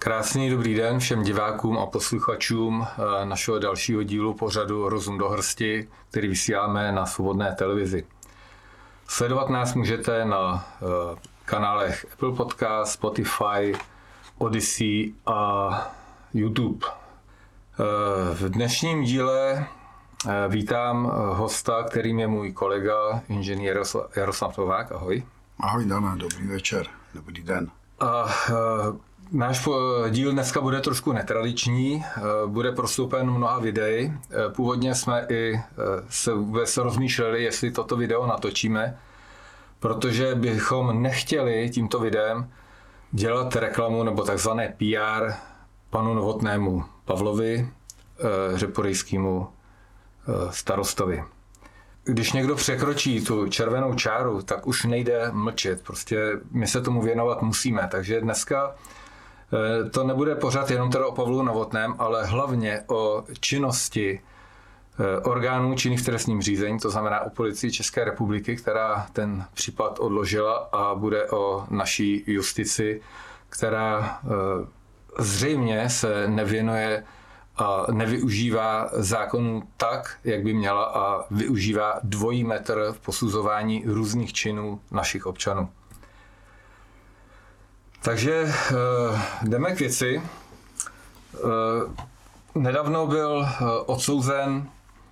Krásný dobrý den všem divákům a posluchačům našeho dalšího dílu pořadu Rozum do hrsti, který vysíláme na Svobodné televizi. Sledovat nás můžete na kanálech Apple Podcast, Spotify, Odyssey a YouTube. V dnešním díle vítám hosta, kterým je můj kolega, inženýr Jaroslav Novák. Ahoj. Ahoj Dana, dobrý večer, dobrý den. Náš díl dneska bude trošku netradiční, bude prostoupen mnoha videí. Původně jsme i se vůbec rozmýšleli, jestli toto video natočíme, protože bychom nechtěli tímto videem dělat reklamu nebo takzvané PR panu Novotnému Pavlovi, řeporejskému starostovi. Když někdo překročí tu červenou čáru, tak už nejde mlčet. Prostě my se tomu věnovat musíme. Takže dneska to nebude pořád jenom teda o Pavlu Novotném, ale hlavně o činnosti orgánů činných v trestním řízení, to znamená o Policii České republiky, která ten případ odložila, a bude o naší justici, která zřejmě se nevěnuje a nevyužívá zákonů tak, jak by měla, a využívá dvojí metr v posuzování různých činů našich občanů. Takže jdeme k věci. Nedávno byl odsouzen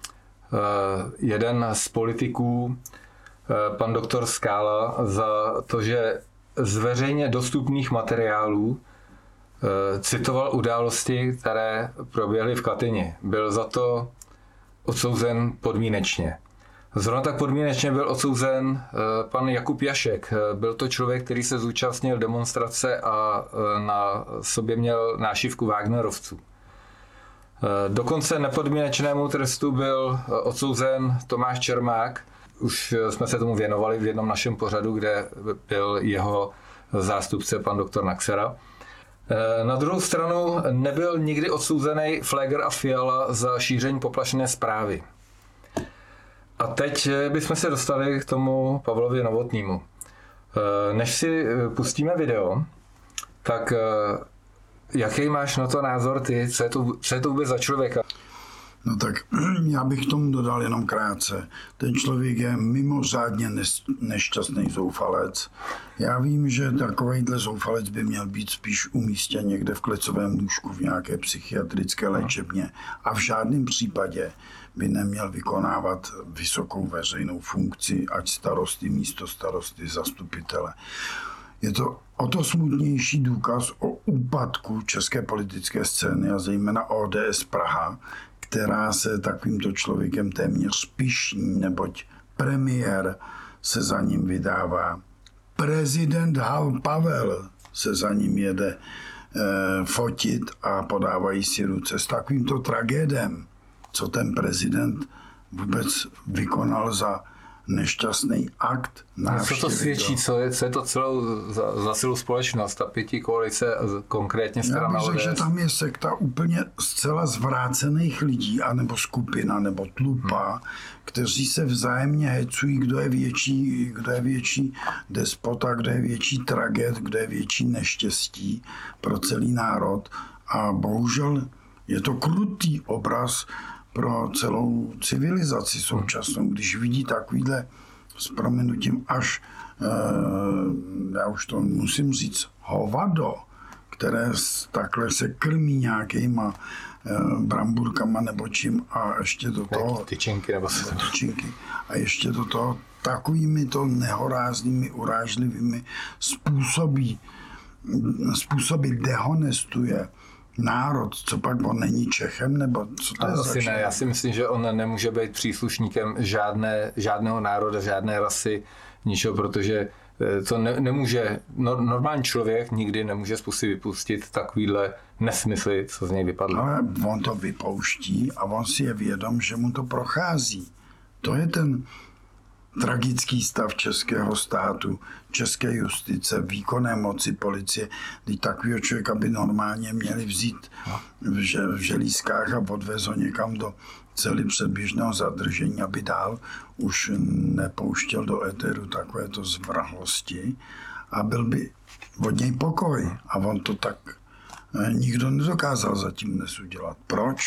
jeden z politiků, pan doktor Skála, za to, že z veřejně dostupných materiálů citoval události, které proběhly v Katyni. Byl za to odsouzen podmínečně. Zrovna tak podmínečně byl odsouzen pan Jakub Jašek. Byl to člověk, který se zúčastnil demonstrace a na sobě měl nášivku Wagnerovců. Dokonce nepodmínečnému trestu byl odsouzen Tomáš Čermák. Už jsme se tomu věnovali v jednom našem pořadu, kde byl jeho zástupce pan doktor Naxera. Na druhou stranu nebyl nikdy odsouzený Pfléger a Fiala za šíření poplašné zprávy. A teď bychom se dostali k tomu Pavlovi Novotnému. Než si pustíme video, tak jaký máš na to názor ty? Co je to vůbec za člověka? No tak já bych k tomu dodal jenom krátce. Ten člověk je mimořádně nešťastný zoufalec. Já vím, že takovejhle zoufalec by měl být spíš umístěn někde v klecovém lůžku v nějaké psychiatrické léčebně a v žádném případě by neměl vykonávat vysokou veřejnou funkci, ať starosty, místo starosty, zastupitele. Je to o to smutnější důkaz o úpadku české politické scény a zejména ODS Praha, která se takovýmto člověkem téměř pyšní, neboť premiér se za ním vydává. Prezident Pavel se za ním jede fotit a podávají si ruce s takovýmto tragédem, co ten prezident vůbec vykonal za nešťastný akt návštěvy. Co to svědčí? Co je to celou za celou společnost? Ta pětikoalice, konkrétně strana ODS? Já bych řekl, že tam je sekta úplně zcela zvrácených lidí, anebo skupina, nebo tlupa, kteří se vzájemně hecují, kdo je větší despota, kdo je větší tragéd, kdo je větší neštěstí pro celý národ. A bohužel je to krutý obraz pro celou civilizaci současnou, když vidí takovýhle s prominutím až, já už to musím říct, hovado, které takhle se krmí nějakýma bramburkama nebo čím a ještě do toho tyčinky. A ještě do toho takovými to nehoráznými, urážlivými způsoby dehonestuje národ, co pak on není Čechem, nebo co to je asi ne, já si myslím, že on nemůže být příslušníkem žádného národa, žádné rasy, ničeho, protože to nemůže, normální člověk nikdy nemůže vypustit takovýhle nesmysly, co z něj vypadlo. Ale on to vypouští a on si je vědom, že mu to prochází. To je ten tragický stav českého státu, české justice, výkonné moci policie, kdy takového člověka by normálně měli vzít v želízkách a odvez ho někam do cely předběžného zadržení, aby dál už nepouštěl do éteru takovéto zvrhlosti a byl by od něj pokoj. A on to tak nikdo nedokázal zatím dnes udělat. Proč?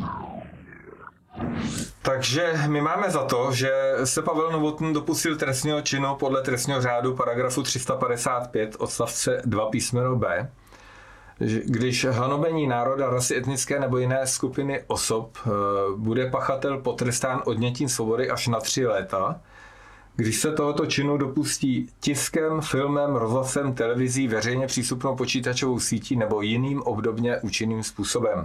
Takže my máme za to, že se Pavel Novotný dopustil trestného činu podle trestního řádu paragrafu 355 odstavce 2 písmeno B, když hanobení národa, rasy, etnické nebo jiné skupiny osob bude pachatel potrestán odnětím svobody až na 3 léta, když se tohoto činu dopustí tiskem, filmem, rozhlasem, televizí, veřejně přístupnou počítačovou sítí nebo jiným obdobně účinným způsobem.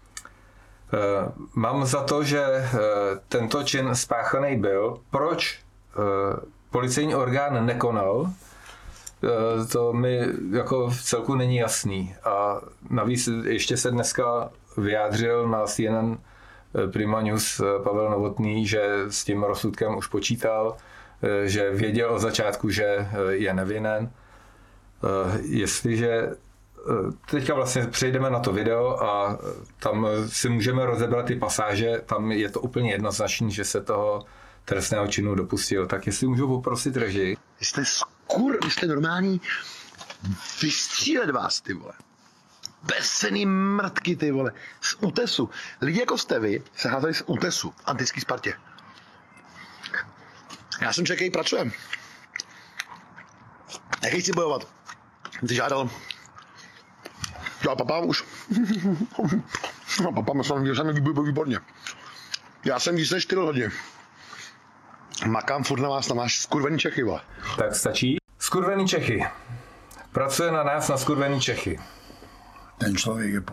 Mám za to, že tento čin spáchaný byl. Proč policejní orgán nekonal, to mi jako v celku není jasný. A navíc ještě se dneska vyjádřil na CNN Prima News Pavel Novotný, že s tím rozsudkem už počítal, že věděl od začátku, že je nevinen. Jestliže teďka vlastně přejdeme na to video a tam si můžeme rozebrat ty pasáže, tam je to úplně jednoznačný, že se toho trestného činu dopustil. Tak jestli můžu poprosit režii. Vy jste normální, vystřílet vás, ty vole. Bezcenný mrtky, ty vole. Z útesu. Lidi jako jste vy se házeli z útesu v antický Spartě. Já jsem člověk, který pracujem. Jaký chci bojovat? Ty žádal. Já papám už. Papám jsem výborně. Já jsem víc než 4 hodiny. Makám furt na vás, na máš skurvený Čechy, vole. Tak stačí. Skurvený Čechy. Pracuje na nás na skurvený Čechy. Ten člověk je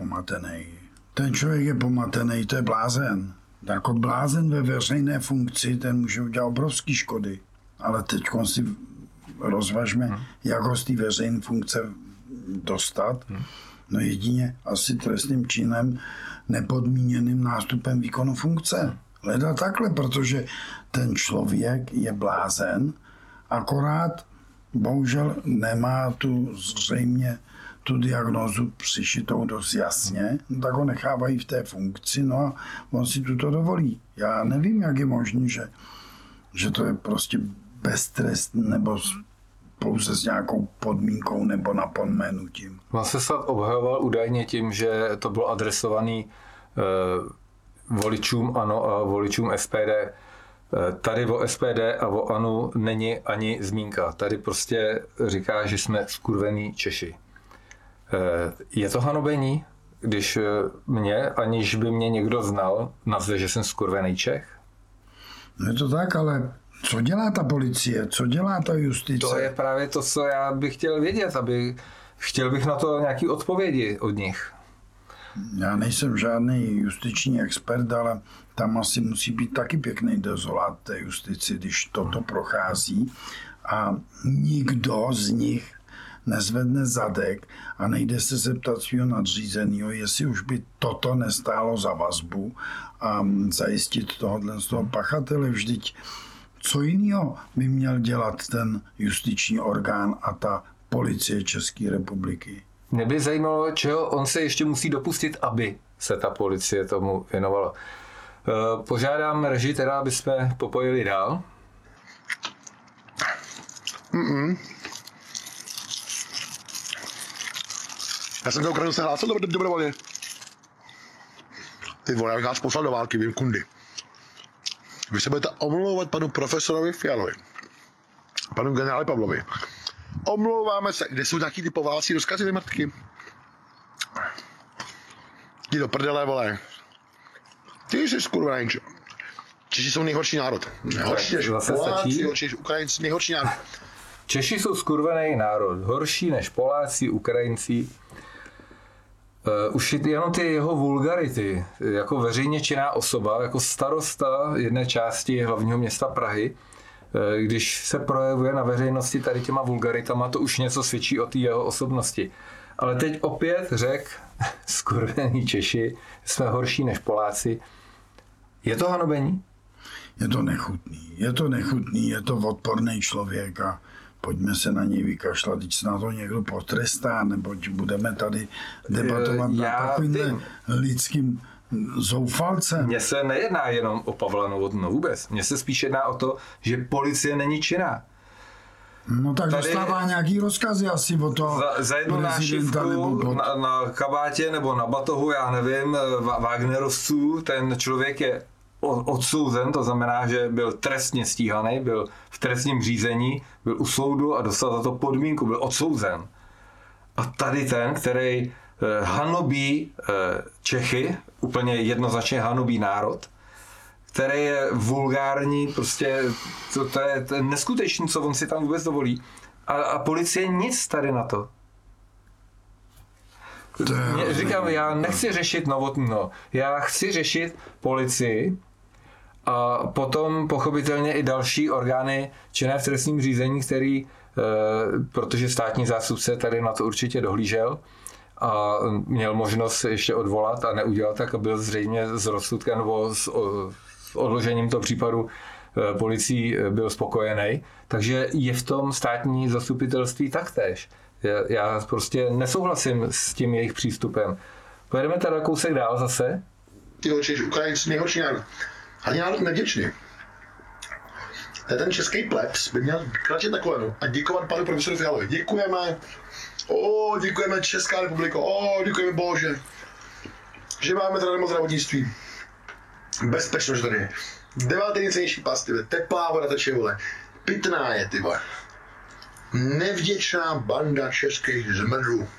pomatený, to je blázen. Jako blázen ve veřejné funkci, ten může udělat obrovský škody. Ale teď si rozvažme, jak ho z té veřejné funkce dostat. No jedině asi trestným činem, nepodmíněným nástupem výkonu funkce. Leda takhle, protože ten člověk je blázen, akorát bohužel nemá zřejmě tu diagnózu přišitou dost jasně, no tak ho nechávají v té funkci, no a on si tuto dovolí. Já nevím, jak je možné, že to je prostě beztrestný nebo pouze s nějakou podmínkou nebo napomenutím. On se snad obhajoval údajně tím, že to bylo adresovaný voličům ANO a voličům SPD. Tady o SPD a o ANO není ani zmínka. Tady prostě říká, že jsme skurvený Češi. Je to hanobení, když mě, aniž by mě někdo znal, nazve, že jsem skurvený Čech? No je to tak, ale co dělá ta policie? Co dělá ta justice? To je právě to, co já bych chtěl vědět, chtěl bych na to nějaké odpovědi od nich. Já nejsem žádný justiční expert, ale tam asi musí být taky pěkný dezolát té justici, když toto prochází a nikdo z nich nezvedne zadek a nejde se zeptat svého nadřízeného, jestli už by toto nestálo za vazbu a zajistit tohohle z toho pachatele. Vždyť co jiného by měl dělat ten justiční orgán a ta policie České republiky? Mě by zajímalo, čeho on se ještě musí dopustit, aby se ta policie tomu věnovala. Požádám režii teda, aby jsme popojili dál. Já jsem do Ukrajiny se hlásil dobrovolně. Ty vole, já bych vás poslal do války, vím kundy. Vy se budete omlouvat panu profesorovi Fialovi, panu generáli Pavlovi. Omlouváme se, kde jsou nějaký ty poválací rozkazy, ty mrtky? Jdi do prdele, vole. Ty jsi skurvený. Češi jsou nejhorší národ. Nejhorší než Poláci, Ukrajinci, nejhorší národ. Češi jsou skurvený národ, horší než Poláci, Ukrajinci. Už jenom ty jeho vulgarity, jako veřejně činná osoba, jako starosta jedné části hlavního města Prahy, když se projevuje na veřejnosti tady těma vulgaritama, to už něco svědčí o té jeho osobnosti. Ale teď opět řekl, skurvený Češi, jsme horší než Poláci. Je to hanobení? Je to nechutný, je to odporný člověk a pojďme se na něj vykašlat, když se na to někdo potrestá, nebo budeme tady debatovat na takovým lidským zoufalcem. Mně se nejedná jenom o Pavla Novotného vůbec. Mně se spíš jedná o to, že policie není činná. No tak tady dostává nějaký rozkazy asi o to za jednu nášivku na kabátě nebo na batohu, já nevím, Wagnerovců, ten člověk je odsouzen, to znamená, že byl trestně stíhaný, byl v trestním řízení, byl u soudu a dostal za to podmínku, byl odsouzen. A tady ten, který hanobí Čechy, úplně jednoznačně hanobí národ, který je vulgární, prostě to je neskutečný, co on si tam vůbec dovolí. A policie nic tady na to. Říkám, já nechci řešit Novotného, já chci řešit policii a potom pochopitelně i další orgány činné v trestním řízení, který, protože státní zástupce tady na to určitě dohlížel a měl možnost ještě odvolat a neudělat tak a byl zřejmě s rozsudkem nebo s odložením toho případu policií byl spokojený. Takže je v tom státní zastupitelství taktéž. Já prostě nesouhlasím s tím jejich přístupem. Pojedeme teda kousek dál zase. Ty hoči, Ukrajinci nejhorší národ. Hlavně národ nevděčný. Ten český plebs by měl vykračit takhle a děkovat panu profesoru Fialovi. Děkujeme. Děkujeme Česká republiko. Děkujeme Bože. Že máme tady zdravotnictví. Bezpečnost tady. 9. nejcennější pas, ty vole. Teplá voda teče, vole. Pitná je, ty vole. Nevděčná banda českých zmrdů.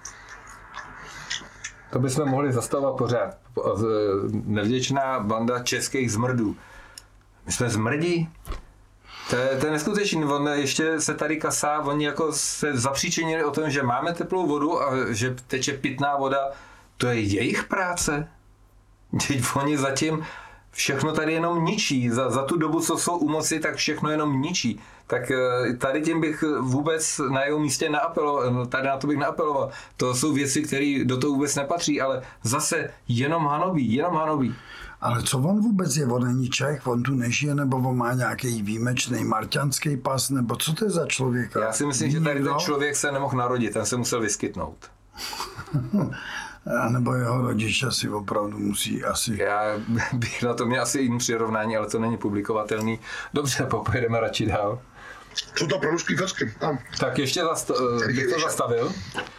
To bychom mohli zastavovat pořád. Nevděčná banda českých zmrdů. My jsme zmrdí? To je neskutečný. On ještě se tady kasá, oni jako se zapříčinili o tom, že máme teplou vodu a že teče pitná voda. To je jejich práce. Oni zatím všechno tady jenom ničí. Za tu dobu, co jsou u moci, tak všechno jenom ničí. Tak tady tím bych vůbec na jeho místě neapeloval, tady na to bych neapeloval. To jsou věci, které do toho vůbec nepatří, ale zase jenom hanobí. Ale co on vůbec je? On není Čech, on tu nežije, nebo on má nějaký výjimečný marťanský pas, nebo co to je za člověka? Já si myslím, že tady ten člověk se nemohl narodit, ten se musel vyskytnout. A nebo jeho rodiče si opravdu musí asi... Já bych na to měl asi jiný přirovnání, ale to není publikovatelný. Dobře, pojedeme radši dál. Jsou to proruský facky. Tak ještě bych to zastavil.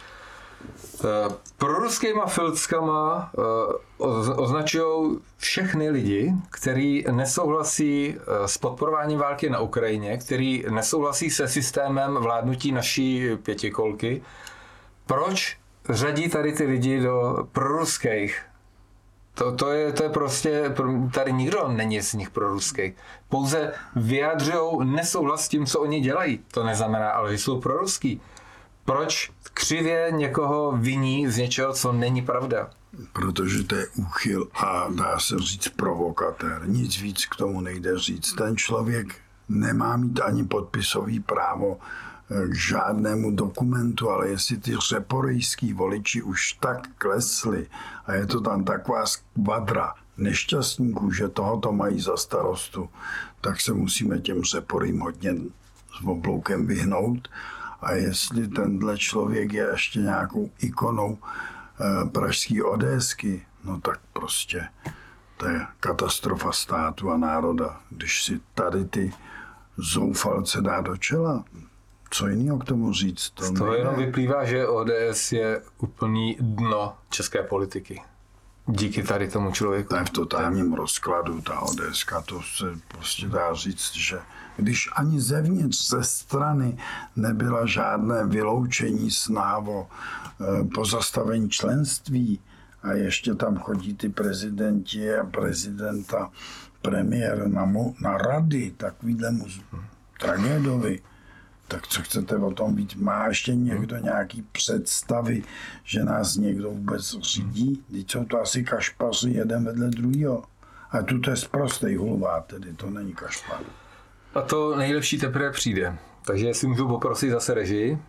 Proruskýma filckama označují všechny lidi, kteří nesouhlasí s podporováním války na Ukrajině, kteří nesouhlasí se systémem vládnutí naší pětikolky. Proč řadí tady ty lidi do proruských? To je prostě, tady nikdo není z nich proruský. Pouze vyjadřují nesouhlas s tím, co oni dělají. To neznamená, ale že jsou proruský. Proč křivě někoho viní z něčeho, co není pravda? Protože to je úchyl a dá se říct provokatér. Nic víc k tomu nejde říct. Ten člověk nemá mít ani podpisový právo k žádnému dokumentu, ale jestli ty řeporejský voliči už tak klesli a je to tam taková skvadra nešťastníků, že tohoto mají za starostu, tak se musíme těm řeporým hodně s obloukem vyhnout. A jestli tenhle člověk je ještě nějakou ikonou pražský ODSky, no tak prostě to je katastrofa státu a národa. Když si tady ty zoufalce dá do čela, co jiného k tomu říct? Z toho jenom vyplývá, že ODS je úplný dno české politiky. Díky tady tomu člověku. To je v totálním rozkladu, ta ODSka, to se prostě dá říct, že když ani zevnitř, ze strany nebyla žádné vyloučení snaha o pozastavení členství a ještě tam chodí ty prezidenti a prezidenta, premiér na rady takovýhlemu tragédovi, tak co chcete o tom víc? Má ještě někdo nějaký představy, že nás někdo vůbec řídí? Teď jsou to asi kašpaři jeden vedle druhýho. A tu to je sprostej hulvát, tedy to není kašpar. A to nejlepší teprve přijde. Takže jestli můžu poprosit zase režii.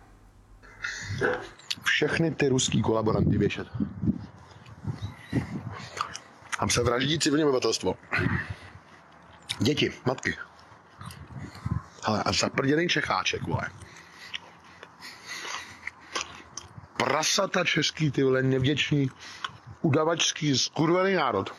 Všechny ty ruský kolaboranty věšet. Tam se vraždí civilní obyvatelstvo. Děti, matky. Hele, a zaprděnej Čecháček, vole. Prasata český, ty vole, nevděčný, udavačský, skurvený národ.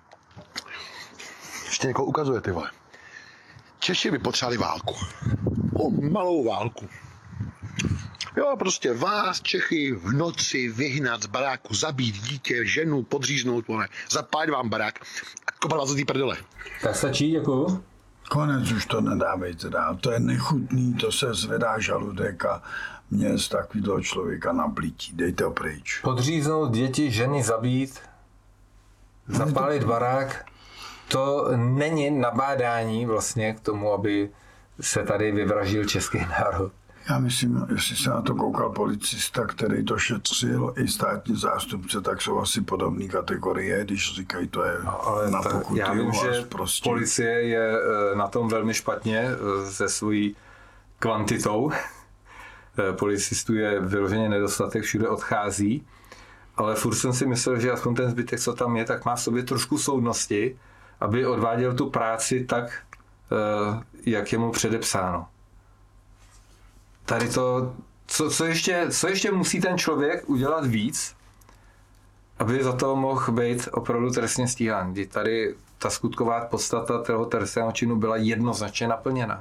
Ještě někoho ukazuje, ty vole. Češi by potřebovali válku. o malou válku. Jo, prostě vás, Čechy, v noci vyhnat z baráku, zabít dítě, ženu, podříznout, vole, zapálit vám barák a kopat vás do té prdele. Tak stačí, děkuju. Konec, už to nedávejte dál. To je nechutný, to se zvedá žaludek a mě z takového člověka nablítí. Dejte ho pryč. Podříznout děti, ženy zabít, zapálit barák, to není nabádání vlastně k tomu, aby se tady vyvraždil český národ. Já myslím, jestli se na to koukal policista, který to šetřil, i státní zástupce, tak jsou asi podobné kategorie, když říkají, to je ale na pokuty. Já vím, že prostě. policie je na tom velmi špatně se svojí kvantitou. Policistů je vyloženě nedostatek, všude odchází, ale furt jsem si myslel, že aspoň ten zbytek, co tam je, tak má v sobě trošku soudnosti, aby odváděl tu práci tak, jak je mu předepsáno. Tady to, co ještě musí ten člověk udělat víc, aby za to mohl být opravdu trestně stíhán. Kdy tady ta skutková podstata toho trestného činu byla jednoznačně naplněna.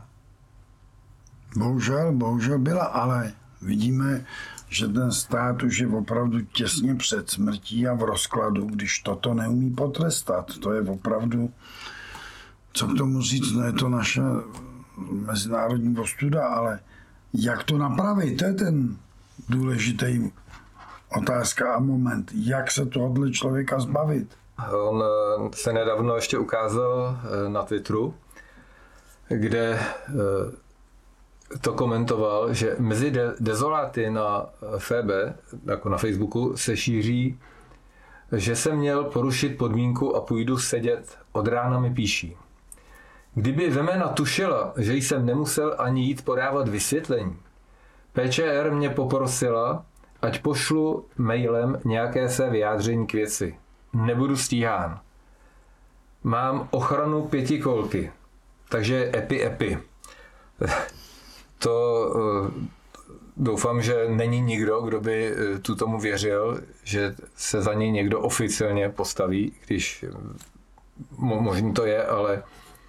Bohužel byla, ale vidíme, že ten stát už je opravdu těsně před smrtí a v rozkladu, když toto neumí potrestat. To je opravdu, co k tomu říct, no je to naše mezinárodní ostuda, ale jak to napravit, to je ten důležitý otázka a moment. Jak se tohohle člověka zbavit? On se nedávno ještě ukázal na Twitteru, kde to komentoval, že mezi dezoláty na FB, jako na Facebooku, se šíří, že jsem měl porušit podmínku a půjdu sedět, od rána mi píší. Kdyby Vemena tušila, že jsem nemusel ani jít podávat vysvětlení, PČR mě poprosila, ať pošlu mailem nějaké své vyjádření k věci. Nebudu stíhán. Mám ochranu 5 kolky, takže epi. To doufám, že není nikdo, kdo by tomu věřil, že se za něj někdo oficiálně postaví, když možný to je, ale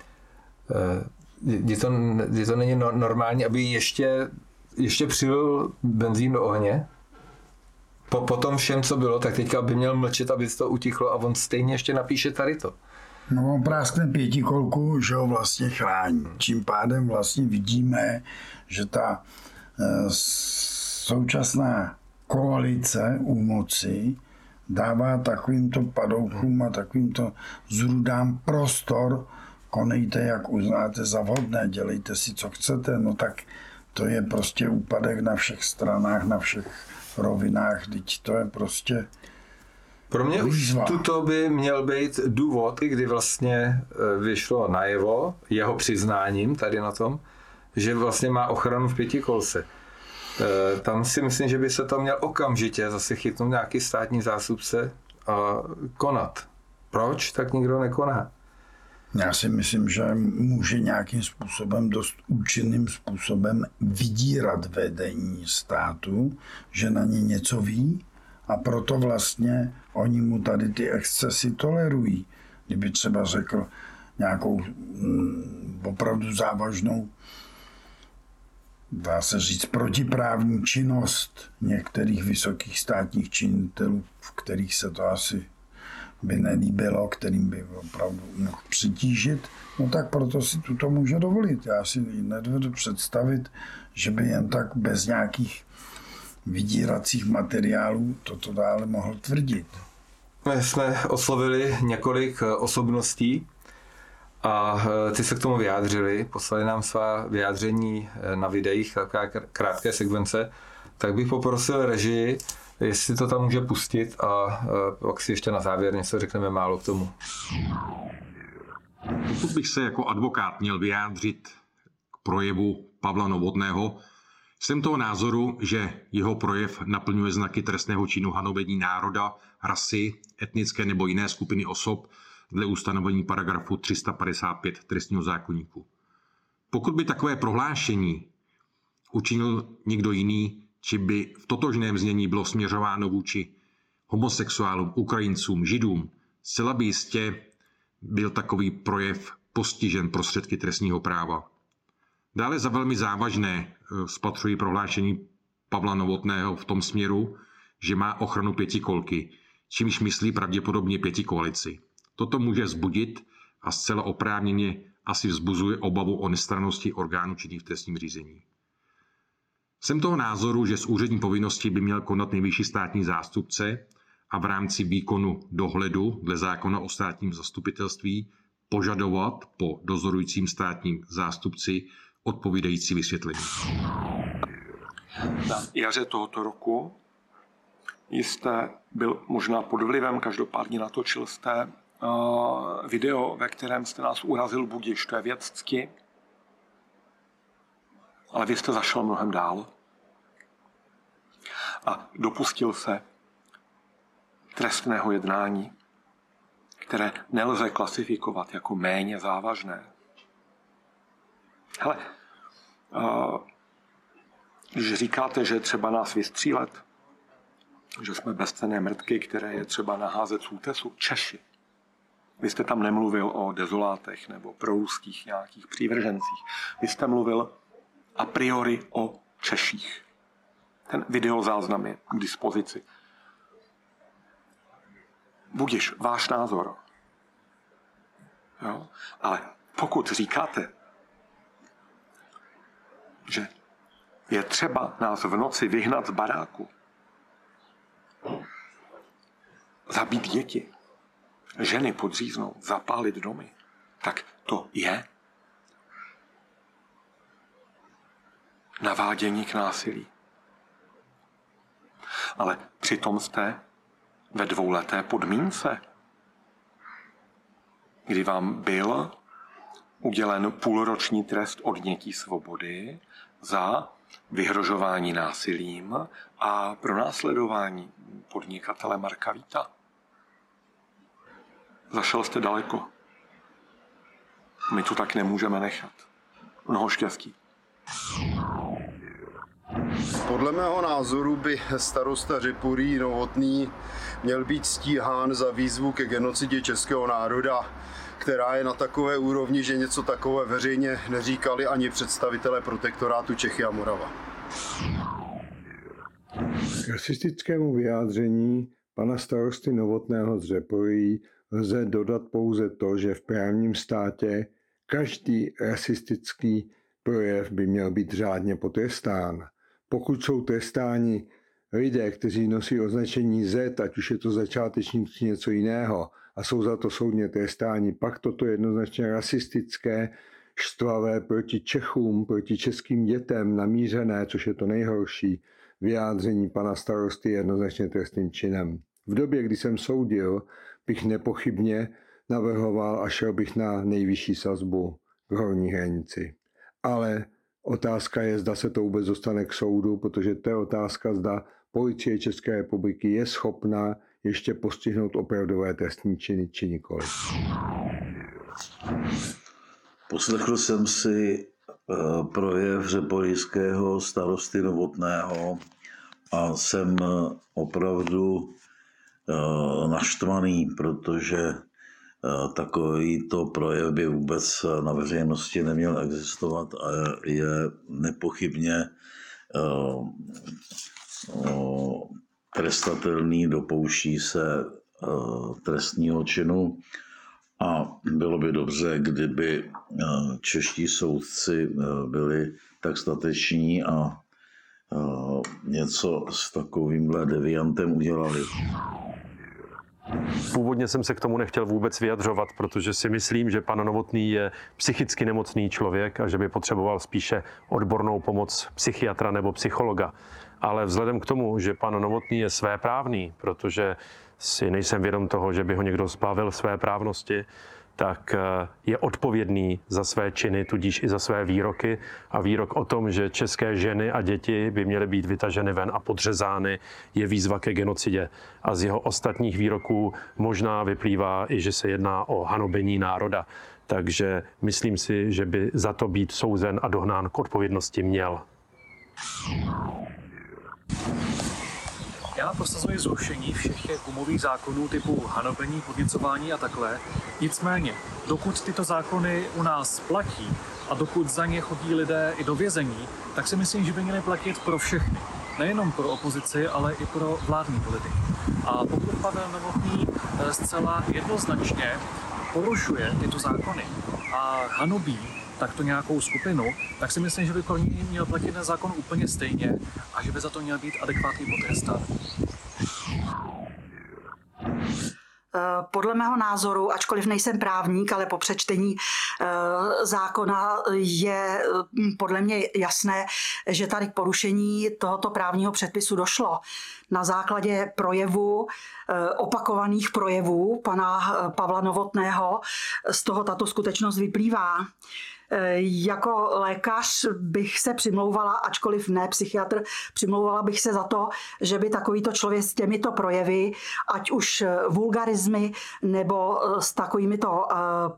je to není normální, aby ještě přilil benzín do ohně. Po tom všem, co bylo, tak teďka by měl mlčet, aby to utichlo a on stejně ještě napíše tady to. No on práskne 5 kolku, že ho vlastně chrání. Čím pádem vlastně vidíme, že ta současná koalice u moci dává takovýmto padouchům a takovýmto zrůdám prostor. Konejte, jak uznáte za vhodné, dělejte si, co chcete, no tak to je prostě úpadek na všech stranách, na všech rovinách, teď to je prostě pro mě výzva. Už tuto by měl být důvod, kdy vlastně vyšlo najevo jeho přiznáním tady na tom, že vlastně má ochranu v 5 kolce. Tam si myslím, že by se to měl okamžitě zase chytnout nějaký státní zástupce a konat. Proč? Tak nikdo nekoná. Já si myslím, že může nějakým způsobem, dost účinným způsobem vydírat vedení státu, že na ně něco ví a proto vlastně oni mu tady ty excesy tolerují. Kdyby třeba řekl nějakou opravdu závažnou, dá se říct, protiprávní činnost některých vysokých státních činitelů, v kterých se to asi by nelíbilo, kterým by opravdu mohl přitížit, no tak proto si tuto může dovolit. Já si nedovedu představit, že by jen tak bez nějakých vydíracích materiálů toto dále mohl tvrdit. My jsme oslovili několik osobností a ty se k tomu vyjádřili, poslali nám svá vyjádření na videích, krátké sekvence, tak bych poprosil režii, jestli to tam může pustit a pak si ještě na závěr něco řekneme málo k tomu. Pokud bych se jako advokát měl vyjádřit k projevu Pavla Novotného, jsem toho názoru, že jeho projev naplňuje znaky trestného činu hanobení národa, rasy, etnické nebo jiné skupiny osob dle ustanovení paragrafu 355 trestního zákoníku. Pokud by takové prohlášení učinil někdo jiný, či by v totožném znění bylo směřováno vůči homosexuálům, Ukrajincům, Židům, zcela by jistě byl takový projev postižen prostředky trestního práva. Dále za velmi závažné spatřuji prohlášení Pavla Novotného v tom směru, že má ochranu pětikolky, čímž myslí pravděpodobně pětikoalici. Toto může vzbudit a zcela oprávněně asi vzbuzuje obavu o nestrannosti orgánů činných v trestním řízení. Jsem toho názoru, že z úřední povinnosti by měl konat nejvyšší státní zástupce a v rámci výkonu dohledu dle zákona o státním zastupitelství požadovat po dozorujícím státním zástupci odpovídající vysvětlení. Na jaře tohoto roku jste byl možná pod vlivem, každopádně natočil jste video, ve kterém jste nás urazil budiš, to je věc cti, ale vy jste zašel mnohem dál a dopustil se trestného jednání, které nelze klasifikovat jako méně závažné. Hele, když říkáte, že je třeba nás vystřílet, že jsme bezcenné mrtky, které je třeba naházet z útesu, Češi. Vy jste tam nemluvil o dezolátech nebo proruských nějakých přívržencích. Vy jste mluvil a priori o Češích. Ten videozáznam je k dispozici. Budiš, váš názor. Jo? Ale pokud říkáte, že je třeba nás v noci vyhnat z baráku, zabít děti, ženy podříznout, zapálit domy, tak to je navádění k násilí. Ale přitom jste ve 2leté podmínce, kdy vám byl udělen půlroční trest odnětí svobody za vyhrožování násilím a pronásledování podnikatele Marka Víta. Zašel jste daleko. My to tak nemůžeme nechat. Mnoho štěstí. Podle mého názoru by starosta Řeporyjí Novotný měl být stíhán za výzvu ke genocidě českého národa, která je na takové úrovni, že něco takové veřejně neříkali ani představitelé protektorátu Čechy a Morava. K rasistickému vyjádření pana starosty Novotného z Řeporyjí lze dodat pouze to, že v právním státě každý rasistický projev by měl být řádně potrestán. Pokud jsou trestáni lidé, kteří nosí označení Z, ať už je to začátečník či něco jiného, a jsou za to soudně trestáni, pak toto jednoznačně rasistické, štvavé proti Čechům, proti českým dětem namířené, což je to nejhorší, vyjádření pana starosty jednoznačně trestným činem. V době, kdy jsem soudil, bych nepochybně navrhoval a šel bych na nejvyšší sazbu k horní hranici. Ale otázka je, zda se to vůbec dostane k soudu, protože to je otázka, zda Policie České republiky je schopna ještě postihnout opravdové trestní činy, či nikoli. Poslechl jsem si projev řeporyjského starosty Novotného a jsem opravdu naštvaný, protože takovýto projev by vůbec na veřejnosti neměl existovat a je nepochybně trestatelný, dopouští se trestního činu a bylo by dobře, kdyby čeští soudci byli tak stateční a něco s takovýmhle deviantem udělali. Původně jsem se k tomu nechtěl vůbec vyjadřovat, protože si myslím, že pan Novotný je psychicky nemocný člověk a že by potřeboval spíše odbornou pomoc psychiatra nebo psychologa. Ale vzhledem k tomu, že pan Novotný je svéprávný, protože si nejsem vědom toho, že by ho někdo zbavil svéprávnosti, tak je odpovědný za své činy, tudíž i za své výroky. A výrok o tom, že české ženy a děti by měly být vytaženy ven a podřezány, je výzva ke genocidě. A z jeho ostatních výroků možná vyplývá i, že se jedná o hanobení národa. Takže myslím si, že by za to být souzen a dohnán k odpovědnosti měl. Já Já prosazuji zrušení všech těch gumových zákonů typu hanobení, podněcování a takhle. Nicméně, dokud tyto zákony u nás platí a dokud za ně chodí lidé i do vězení, tak si myslím, že by měly platit pro všechny. Nejenom pro opozici, ale i pro vládní politiky. A pokud Pavel Novotný zcela jednoznačně porušuje tyto zákony a hanobí takto nějakou skupinu, tak si myslím, že by pro ní měl platit ten zákon úplně stejně a že by za to měl být adekvátně potrestán. Podle mého názoru, ačkoliv nejsem právník, ale po přečtení zákona je podle mě jasné, že tady k porušení tohoto právního předpisu došlo. Na základě opakovaných projevů pana Pavla Novotného z toho tato skutečnost vyplývá. Jako lékař bych se přimlouvala, ačkoliv ne psychiatr, přimlouvala bych se za to, že by takovýto člověk s těmito projevy, ať už vulgarizmy nebo s takovýmito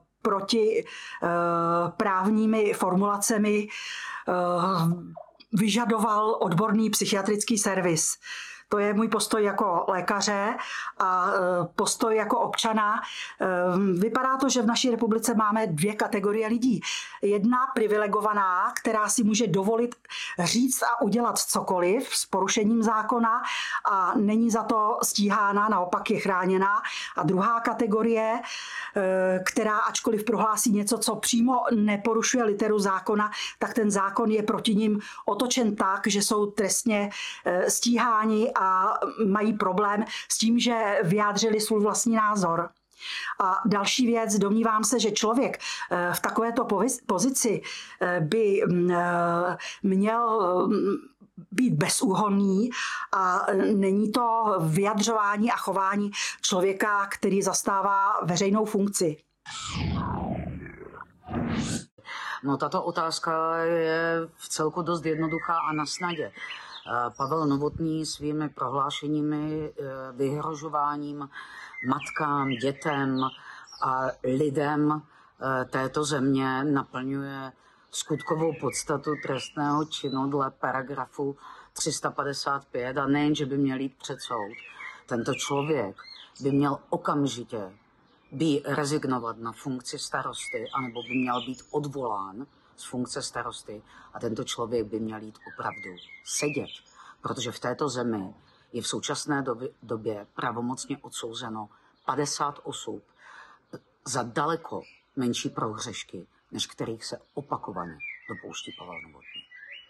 protiprávními formulacemi vyžadoval odborný psychiatrický servis. To je můj postoj jako lékaře a postoj jako občana. Vypadá to, že v naší republice máme dvě kategorie lidí. Jedna privilegovaná, která si může dovolit říct a udělat cokoliv s porušením zákona a není za to stíhána, naopak je chráněná. A druhá kategorie, která ačkoliv prohlásí něco, co přímo neporušuje literu zákona, tak ten zákon je proti nim otočen tak, že jsou trestně stíháni a mají problém s tím, že vyjádřili svůj vlastní názor. A další věc, domnívám se, že člověk v takovéto pozici by měl být bezúhonný a není to vyjadřování a chování člověka, který zastává veřejnou funkci. No, tato otázka je v celku dost jednoduchá a na snadě. Pavel Novotný svými prohlášeními, vyhrožováním matkám, dětem a lidem této země naplňuje skutkovou podstatu trestného činu dle paragrafu 355 a nejen, že by měl jít před soud. Tento člověk by měl okamžitě rezignovat na funkci starosty, anebo by měl být odvolán z funkce starosty a tento člověk by měl jít opravdu sedět, protože v této zemi je v současné době pravomocně odsouzeno 50 osob za daleko menší prohřešky, než kterých se opakovaně dopouští Pavel Novotný.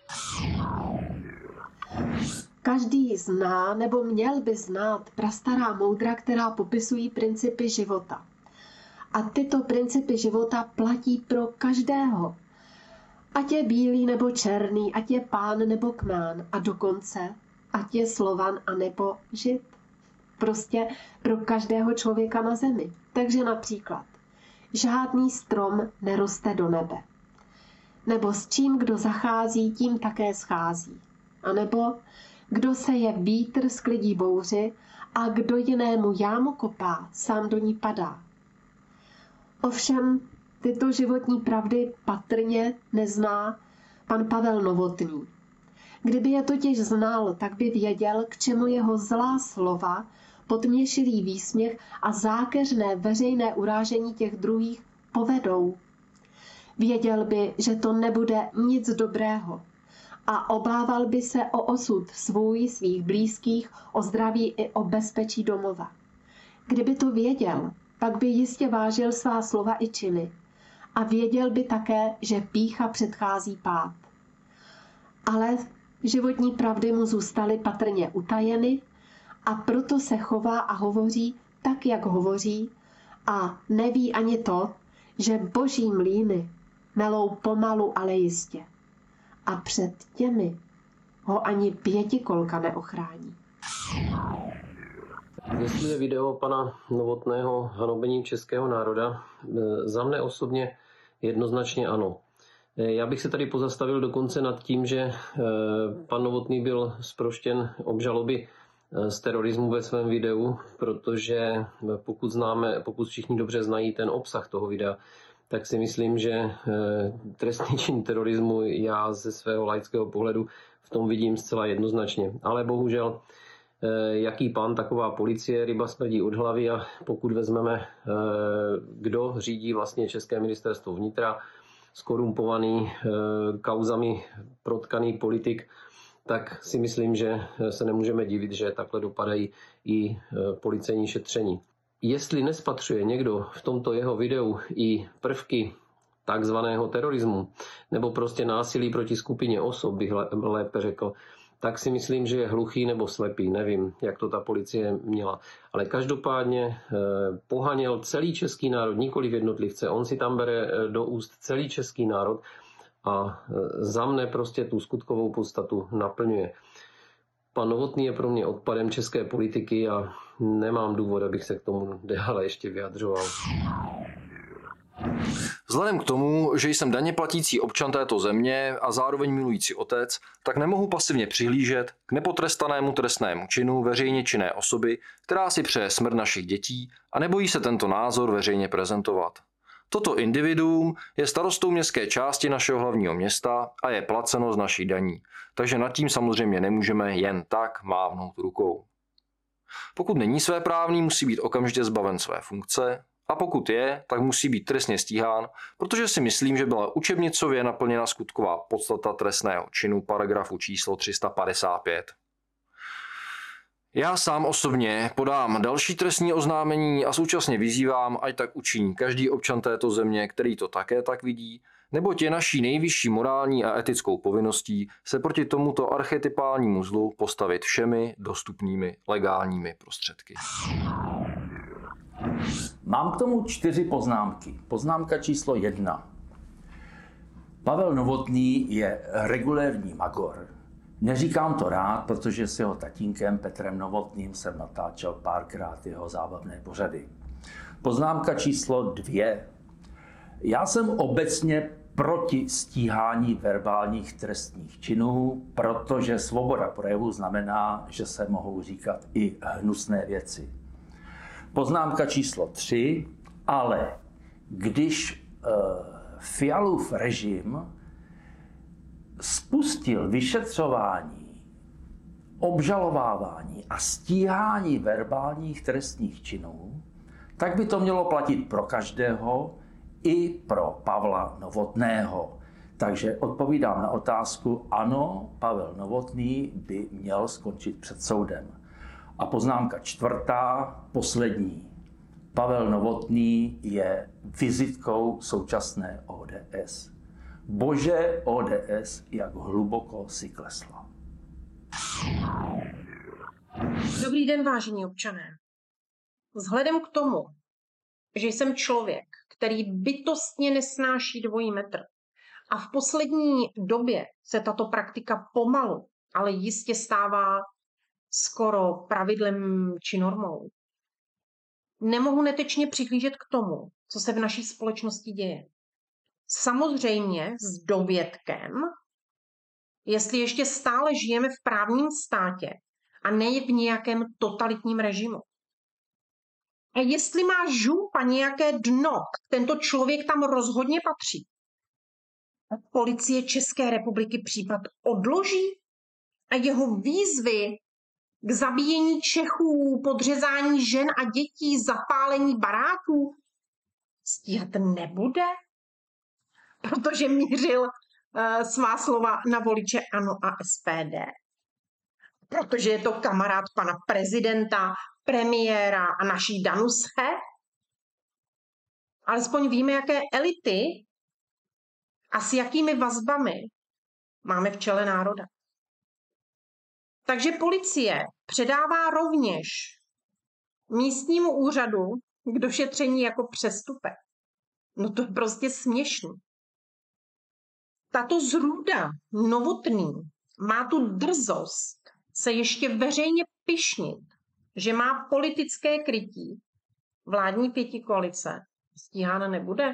Každý zná nebo měl by znát prastará moudra, která popisují principy života. A tyto principy života platí pro každého. Ať je bílý nebo černý, ať je pán nebo kmán a dokonce ať je Slovan a nebo Žid. Prostě pro každého člověka na zemi. Takže například žádný strom neroste do nebe. Nebo s čím kdo zachází, tím také schází. A nebo kdo seje vítr, sklidí bouři a kdo jinému jámu kopá, sám do ní padá. Ovšem tyto životní pravdy patrně nezná pan Pavel Novotný. Kdyby je totiž znal, tak by věděl, k čemu jeho zlá slova, podměšilý výsměch a zákeřné veřejné urážení těch druhých povedou. Věděl by, že to nebude nic dobrého a obával by se o osud svůj, svých blízkých, o zdraví i o bezpečí domova. Kdyby to věděl, pak by jistě vážil svá slova i činy a věděl by také, že pýcha předchází pád. Ale životní pravdy mu zůstaly patrně utajeny a proto se chová a hovoří tak, jak hovoří a neví ani to, že boží mlýny melou pomalu, ale jistě. A před těmi ho ani pětikolka neochrání. Jestli je video pana Novotného hanobením českého národa, za mne osobně jednoznačně ano. Já bych se tady pozastavil dokonce nad tím, že pan Novotný byl zproštěn obžaloby z terorismu ve svém videu, protože pokud všichni dobře znají ten obsah toho videa, tak si myslím, že trestný čin terorismu já ze svého laického pohledu v tom vidím zcela jednoznačně. Ale bohužel jaký pan, taková policie, ryba smrdí od hlavy a pokud vezmeme, kdo řídí vlastně České ministerstvo vnitra, skorumpovaný, kauzami protkaný politik, tak si myslím, že se nemůžeme divit, že takhle dopadají i policejní šetření. Jestli nespatřuje někdo v tomto jeho videu i prvky takzvaného terorismu nebo prostě násilí proti skupině osob, bych lépe řekl, tak si myslím, že je hluchý nebo slepý. Nevím, jak to ta policie měla. Ale každopádně pohaněl celý český národ, nikoliv jednotlivce. On si tam bere do úst celý český národ a za mne prostě tu skutkovou podstatu naplňuje. Pan Novotný je pro mě odpadem české politiky a nemám důvod, abych se k tomu dále ještě vyjadřoval. Vzhledem k tomu, že jsem daně platící občan této země a zároveň milující otec, tak nemohu pasivně přihlížet k nepotrestanému trestnému činu veřejně činné osoby, která si přeje smrt našich dětí a nebojí se tento názor veřejně prezentovat. Toto individuum je starostou městské části našeho hlavního města a je placeno z naší daní, takže nad tím samozřejmě nemůžeme jen tak mávnout rukou. Pokud není svéprávný, musí být okamžitě zbaven své funkce, a pokud je, tak musí být trestně stíhán, protože si myslím, že byla učebnicově naplněna skutková podstata trestného činu paragrafu číslo 355. Já sám osobně podám další trestní oznámení a současně vyzývám, ať tak učiní každý občan této země, který to také tak vidí, neboť je naší nejvyšší morální a etickou povinností se proti tomuto archetypálnímu zlu postavit všemi dostupnými legálními prostředky. Mám k tomu 4 poznámky. Poznámka číslo 1. Pavel Novotný je regulérní magor. Neříkám to rád, protože s jeho tatínkem Petrem Novotným jsem natáčel párkrát jeho zábavné pořady. Poznámka číslo 2. Já jsem obecně proti stíhání verbálních trestních činů, protože svoboda projevu znamená, že se mohou říkat i hnusné věci. Poznámka číslo 3, ale když Fialův režim spustil vyšetřování, obžalovávání a stíhání verbálních trestních činů, tak by to mělo platit pro každého, i pro Pavla Novotného. Takže odpovídám na otázku, ano, Pavel Novotný by měl skončit před soudem. A poznámka 4, poslední. Pavel Novotný je vizitkou současné ODS. Bože, ODS, jak hluboko si klesla. Dobrý den, vážení občané. Vzhledem k tomu, že jsem člověk, který bytostně nesnáší dvojí metr a v poslední době se tato praktika pomalu, ale jistě stává skoro pravidlem či normou, nemohu netečně přihlížet k tomu, co se v naší společnosti děje. Samozřejmě s dovětkem, jestli ještě stále žijeme v právním státě a ne v nějakém totalitním režimu. A jestli má žup a nějaké dno, tento člověk tam rozhodně patří. A policie České republiky případ odloží a jeho výzvy k zabíjení Čechů, podřezání žen a dětí, zapálení baráků stíhat nebude, protože mířil svá slova na voliče ANO a SPD. Protože je to kamarád pana prezidenta, premiéra a naší Danuse. Alespoň víme, jaké elity a s jakými vazbami máme v čele národa. Takže policie předává rovněž místnímu úřadu k došetření jako přestupek. No to je prostě směšný. Tato zrůda Novotný má tu drzost se ještě veřejně pyšnit, že má politické krytí. Vládní pětikoalice stíhána nebude.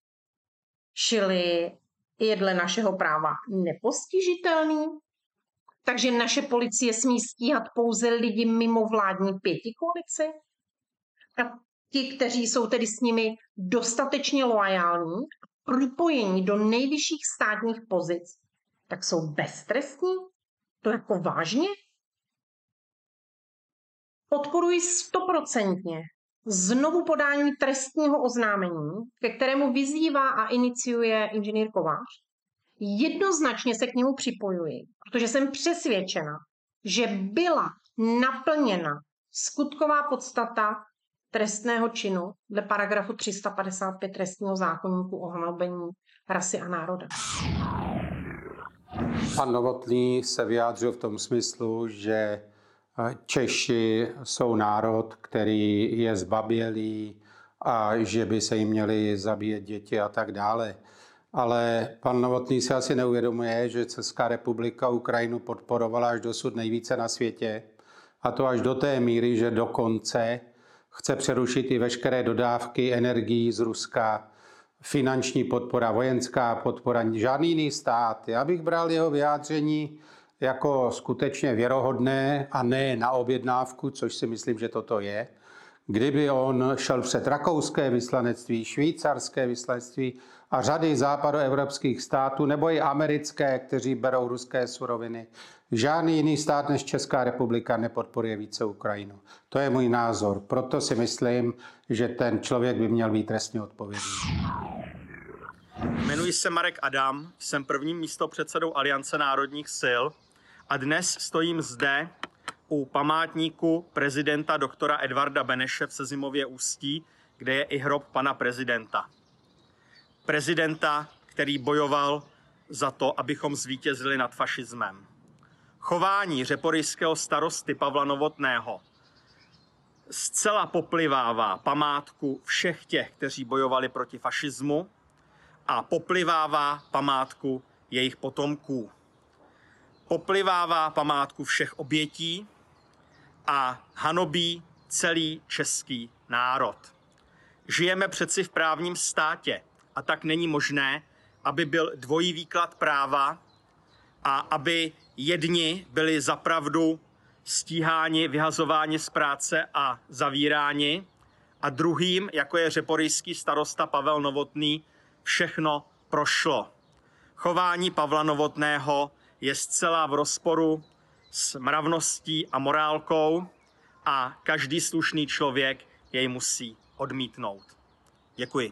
Čili je dle našeho práva nepostižitelný. Takže naše policie smí stíhat pouze lidi mimo vládní pětikoalici? A ti, kteří jsou tedy s nimi dostatečně loajální a propojení do nejvyšších státních pozic, tak jsou beztrestní? To jako vážně? Podporuji 100% znovu podání trestního oznámení, ke kterému vyzývá a iniciuje inženýr Kovář. Jednoznačně se k němu připojuji, protože jsem přesvědčena, že byla naplněna skutková podstata trestného činu dle paragrafu 355 trestního zákoníku o hanobení rasy a národa. Pan Novotný se vyjádřil v tom smyslu, že Češi jsou národ, který je zbabělý a že by se jim měly zabíjet děti a tak dále. Ale pan Novotný se asi neuvědomuje, že Česká republika Ukrajinu podporovala až dosud nejvíce na světě. A to až do té míry, že dokonce chce přerušit i veškeré dodávky energií z Ruska, finanční podpora, vojenská podpora, žádný jiný stát. Já bych bral jeho vyjádření jako skutečně věrohodné a ne na objednávku, což si myslím, že toto je. Kdyby on šel před rakouské vyslanectví, švýcarské vyslanectví a řady západoevropských států nebo i americké, kteří berou ruské suroviny. Žádný jiný stát než Česká republika nepodporuje více Ukrajinu. To je můj názor. Proto si myslím, že ten člověk by měl být trestně odpovědný. Jmenuji se Marek Adam, jsem prvním místopředsedou Aliance národních sil a dnes stojím zde u památníku prezidenta doktora Edvarda Beneše v Sezimově Ústí, kde je i hrob pana prezidenta. Prezidenta, který bojoval za to, abychom zvítězili nad fašismem. Chování řeporyjského starosty Pavla Novotného zcela poplivává památku všech těch, kteří bojovali proti fašismu a poplivává památku jejich potomků. Poplivává památku všech obětí a hanobí celý český národ. Žijeme přeci v právním státě a tak není možné, aby byl dvojí výklad práva a aby jedni byli za pravdu stíháni, vyhazováni z práce a zavíráni a druhým, jako je řeporyjský starosta Pavel Novotný, všechno prošlo. Chování Pavla Novotného je zcela v rozporu s mravností a morálkou a každý slušný člověk jej musí odmítnout. Děkuji.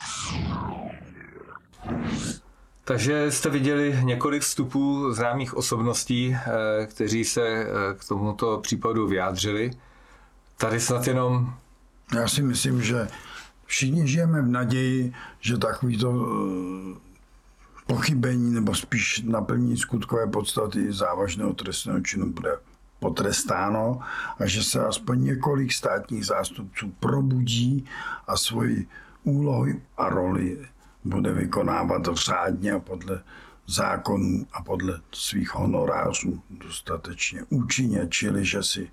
Takže jste viděli několik vstupů známých osobností, kteří se k tomuto případu vyjádřili. Tady snad jenom... Já si myslím, že všichni žijeme v naději, že takovýto pochybení nebo spíš naplnění skutkové podstaty závažného trestného činu bude potrestáno a že se aspoň několik státních zástupců probudí a svoji úlohy a roli bude vykonávat řádně a podle zákonů a podle svých honorářů dostatečně účinně, čili že si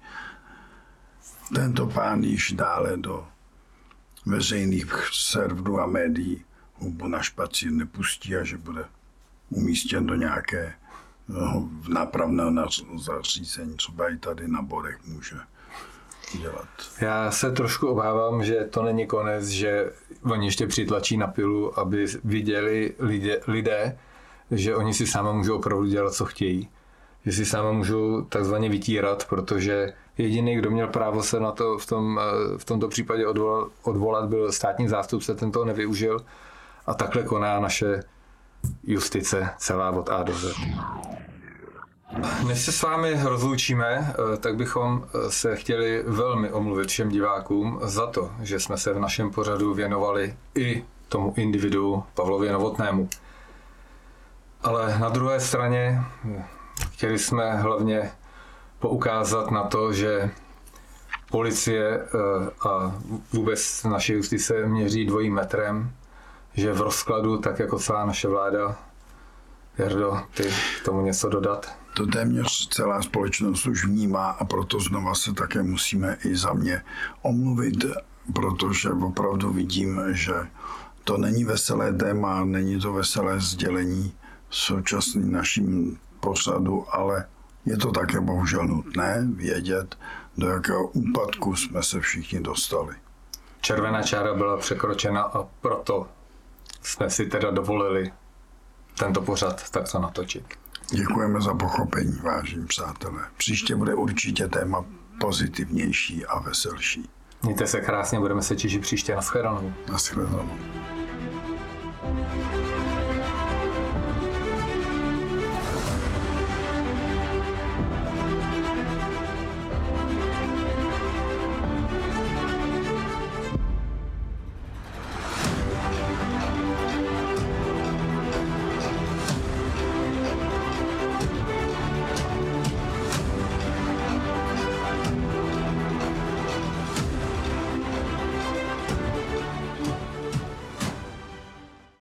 tento pán již dále do veřejných serverů a médií hubu na špacír nepustí a že bude umístěn do nějakého nápravného zařízení, třeba i tady na Borech může dělat. Já se trošku obávám, že to není konec, že oni ještě přitlačí na pilu, aby viděli lidé, že oni si sami můžou opravdu dělat, co chtějí. Že si sami můžou takzvaně vytírat, protože jediný, kdo měl právo se na to v tomto případě odvolat, byl státní zástupce, ten to nevyužil a takhle koná naše justice celá od A do Z. Než se s vámi rozloučíme, tak bychom se chtěli velmi omluvit všem divákům za to, že jsme se v našem pořadu věnovali i tomu individu Pavlovi Novotnému. Ale na druhé straně chtěli jsme hlavně poukázat na to, že policie a vůbec naše justice měří dvojím metrem, že v rozkladu, tak jako celá naše vláda. Jardo, ty k tomu něco dodat? To téměř celá společnost už vnímá a proto znova se také musíme i za mě omluvit, protože opravdu vidím, že to není veselé téma, není to veselé sdělení současným naším pořadu, ale je to také bohužel nutné vědět, do jakého úpadku jsme se všichni dostali. Červená čára byla překročena a proto jsme si teda dovolili tento pořad takto natočit. Děkujeme za pochopení, vážení přátelé. Příště bude určitě téma pozitivnější a veselší. Mějte se krásně, budeme se těšit příště. Naschledanou. Naschledanou.